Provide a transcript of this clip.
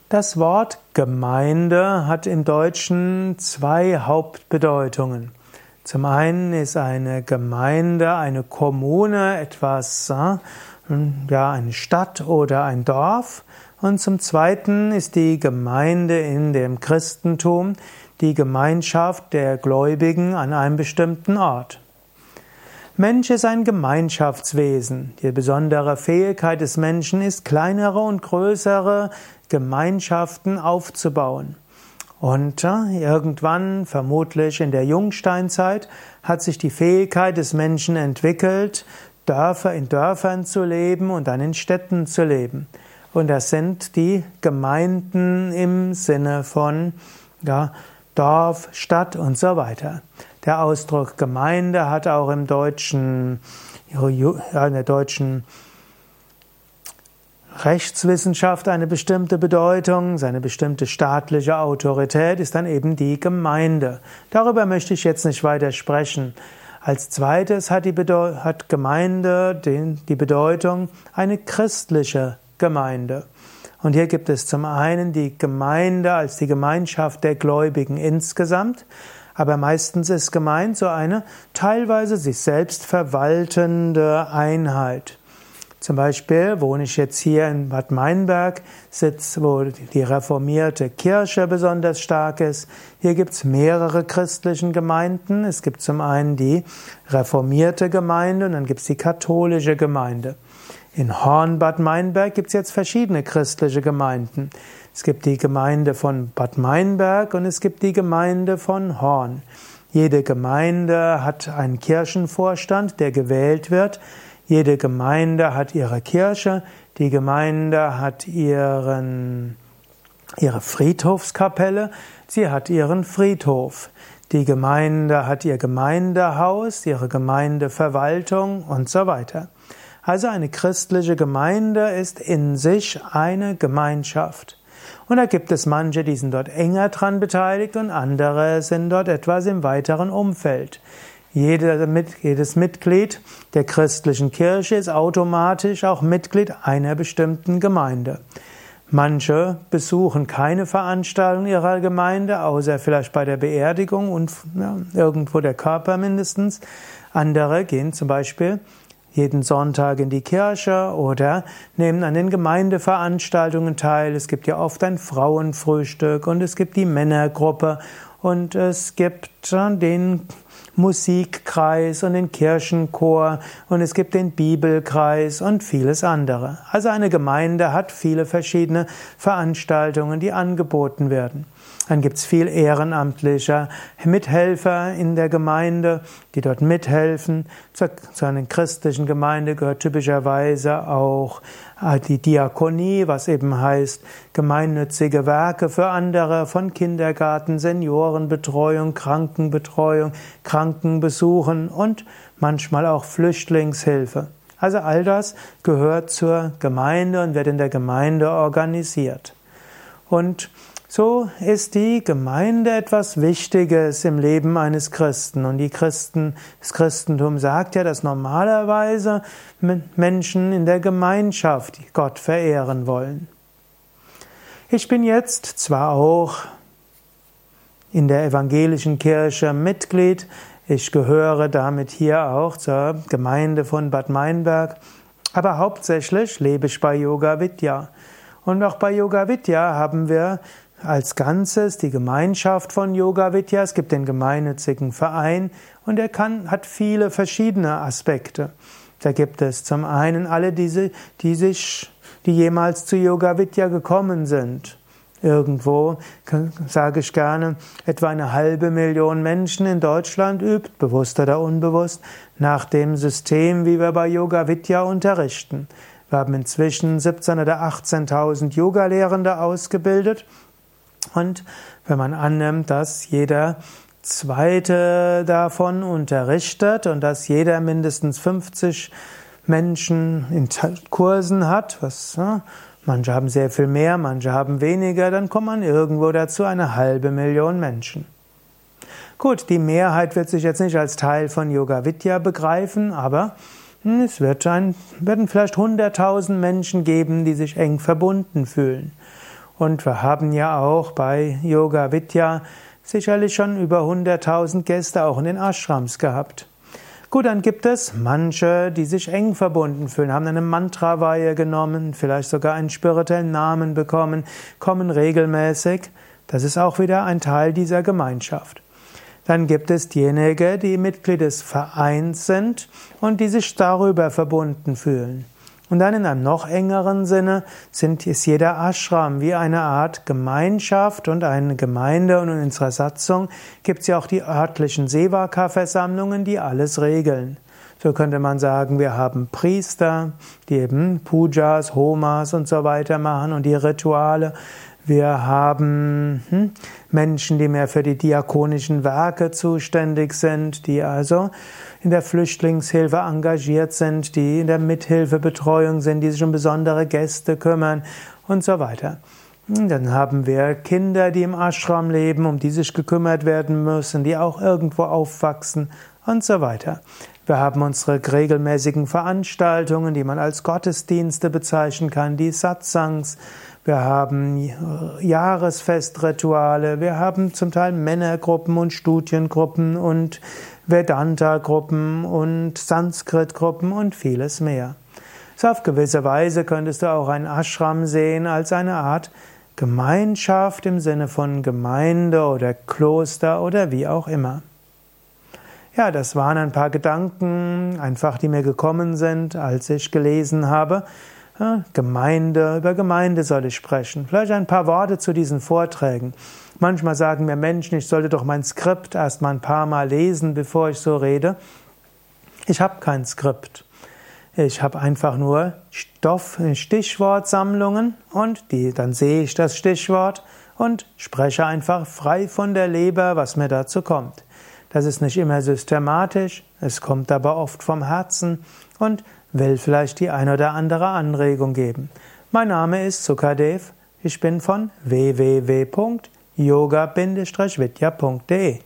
Das Wort Gemeinde hat im Deutschen zwei Hauptbedeutungen. Zum einen ist eine Gemeinde, eine Kommune, eine Stadt oder ein Dorf. Und zum zweiten ist die Gemeinde in dem Christentum die Gemeinschaft der Gläubigen an einem bestimmten Ort. Mensch ist ein Gemeinschaftswesen. Die besondere Fähigkeit des Menschen ist, kleinere und größere Gemeinschaften aufzubauen. Und irgendwann, vermutlich in der Jungsteinzeit, hat sich die Fähigkeit des Menschen entwickelt, in Dörfern zu leben und dann in Städten zu leben. Und das sind die Gemeinden im Sinne von Dorf, Stadt und so weiter. Der Ausdruck Gemeinde hat auch in der deutschen Rechtswissenschaft eine bestimmte Bedeutung, seine bestimmte staatliche Autorität ist dann eben die Gemeinde. Darüber möchte ich jetzt nicht weiter sprechen. Als zweites hat Gemeinde die Bedeutung eine christliche Gemeinde. Und hier gibt es zum einen die Gemeinde als die Gemeinschaft der Gläubigen insgesamt, aber meistens ist gemeint so eine teilweise sich selbst verwaltende Einheit. Zum Beispiel wohne ich jetzt hier in Bad Meinberg, wo die reformierte Kirche besonders stark ist. Hier gibt es mehrere christliche Gemeinden. Es gibt zum einen die reformierte Gemeinde und dann gibt es die katholische Gemeinde. In Horn, Bad Meinberg gibt es jetzt verschiedene christliche Gemeinden. Es gibt die Gemeinde von Bad Meinberg und es gibt die Gemeinde von Horn. Jede Gemeinde hat einen Kirchenvorstand, der gewählt wird. Jede Gemeinde hat ihre Kirche. Die Gemeinde hat ihre Friedhofskapelle. Sie hat ihren Friedhof. Die Gemeinde hat ihr Gemeindehaus, ihre Gemeindeverwaltung und so weiter. Also eine christliche Gemeinde ist in sich eine Gemeinschaft. Und da gibt es manche, die sind dort enger dran beteiligt und andere sind dort etwas im weiteren Umfeld. Jedes Mitglied der christlichen Kirche ist automatisch auch Mitglied einer bestimmten Gemeinde. Manche besuchen keine Veranstaltung ihrer Gemeinde, außer vielleicht bei der Beerdigung und irgendwo der Körper mindestens. Andere gehen zum Beispiel jeden Sonntag in die Kirche oder nehmen an den Gemeindeveranstaltungen teil. Es gibt ja oft ein Frauenfrühstück und es gibt die Männergruppe und es gibt den Musikkreis und den Kirchenchor und es gibt den Bibelkreis und vieles andere. Also eine Gemeinde hat viele verschiedene Veranstaltungen, die angeboten werden. Dann gibt es viel ehrenamtliche Mithelfer in der Gemeinde, die dort mithelfen. Zu einer christlichen Gemeinde gehört typischerweise auch die Diakonie, was eben heißt gemeinnützige Werke für andere, von Kindergarten, Seniorenbetreuung, Krankenbetreuung, Krankenbesuchen und manchmal auch Flüchtlingshilfe. Also all das gehört zur Gemeinde und wird in der Gemeinde organisiert. Und so ist die Gemeinde etwas Wichtiges im Leben eines Christen. Und das Christentum sagt ja, dass normalerweise Menschen in der Gemeinschaft Gott verehren wollen. Ich bin jetzt zwar auch in der evangelischen Kirche Mitglied, ich gehöre damit hier auch zur Gemeinde von Bad Meinberg, aber hauptsächlich lebe ich bei Yoga Vidya. Und auch bei Yoga Vidya haben wir als Ganzes die Gemeinschaft von Yoga Vidya. Es gibt den gemeinnützigen Verein und hat viele verschiedene Aspekte. Da gibt es zum einen alle die jemals zu Yoga Vidya gekommen sind. Irgendwo, sage ich gerne, etwa 500.000 Menschen in Deutschland übt, bewusst oder unbewusst, nach dem System, wie wir bei Yoga Vidya unterrichten. Wir haben inzwischen 17.000 oder 18.000 Yoga-Lehrende ausgebildet. Und wenn man annimmt, dass jeder Zweite davon unterrichtet und dass jeder mindestens 50 Menschen in Kursen hat, manche haben sehr viel mehr, manche haben weniger, dann kommt man irgendwo dazu 500.000 Menschen. Gut, die Mehrheit wird sich jetzt nicht als Teil von Yoga Vidya begreifen, aber es werden vielleicht 100.000 Menschen geben, die sich eng verbunden fühlen. Und wir haben ja auch bei Yoga Vidya sicherlich schon über 100.000 Gäste auch in den Ashrams gehabt. Gut, dann gibt es manche, die sich eng verbunden fühlen, haben eine Mantra-Weihe genommen, vielleicht sogar einen spirituellen Namen bekommen, kommen regelmäßig. Das ist auch wieder ein Teil dieser Gemeinschaft. Dann gibt es diejenigen, die Mitglied des Vereins sind und die sich darüber verbunden fühlen. Und dann in einem noch engeren Sinne ist jeder Ashram wie eine Art Gemeinschaft und eine Gemeinde. Und in unserer Satzung gibt es ja auch die örtlichen Sevaka-Versammlungen, die alles regeln. So könnte man sagen, wir haben Priester, die eben Pujas, Homas und so weiter machen und die Rituale. Wir haben Menschen, die mehr für die diakonischen Werke zuständig sind, die also in der Flüchtlingshilfe engagiert sind, die in der Mithilfebetreuung sind, die sich um besondere Gäste kümmern und so weiter. Dann haben wir Kinder, die im Ashram leben, um die sich gekümmert werden müssen, die auch irgendwo aufwachsen und so weiter. Wir haben unsere regelmäßigen Veranstaltungen, die man als Gottesdienste bezeichnen kann, die Satsangs. Wir haben Jahresfestrituale, wir haben zum Teil Männergruppen und Studiengruppen und Vedanta-Gruppen und Sanskrit-Gruppen und vieles mehr. So auf gewisse Weise könntest du auch ein Ashram sehen als eine Art Gemeinschaft im Sinne von Gemeinde oder Kloster oder wie auch immer. Ja, das waren ein paar Gedanken, einfach die mir gekommen sind, als ich gelesen habe, über Gemeinde soll ich sprechen. Vielleicht ein paar Worte zu diesen Vorträgen. Manchmal sagen mir Menschen, ich sollte doch mein Skript erst mal ein paar Mal lesen, bevor ich so rede. Ich habe kein Skript. Ich habe einfach nur Stichwortsammlungen und dann sehe ich das Stichwort und spreche einfach frei von der Leber, was mir dazu kommt. Das ist nicht immer systematisch, es kommt aber oft vom Herzen und will vielleicht die ein oder andere Anregung geben. Mein Name ist Sukadev, ich bin von www.yoga-vidya.de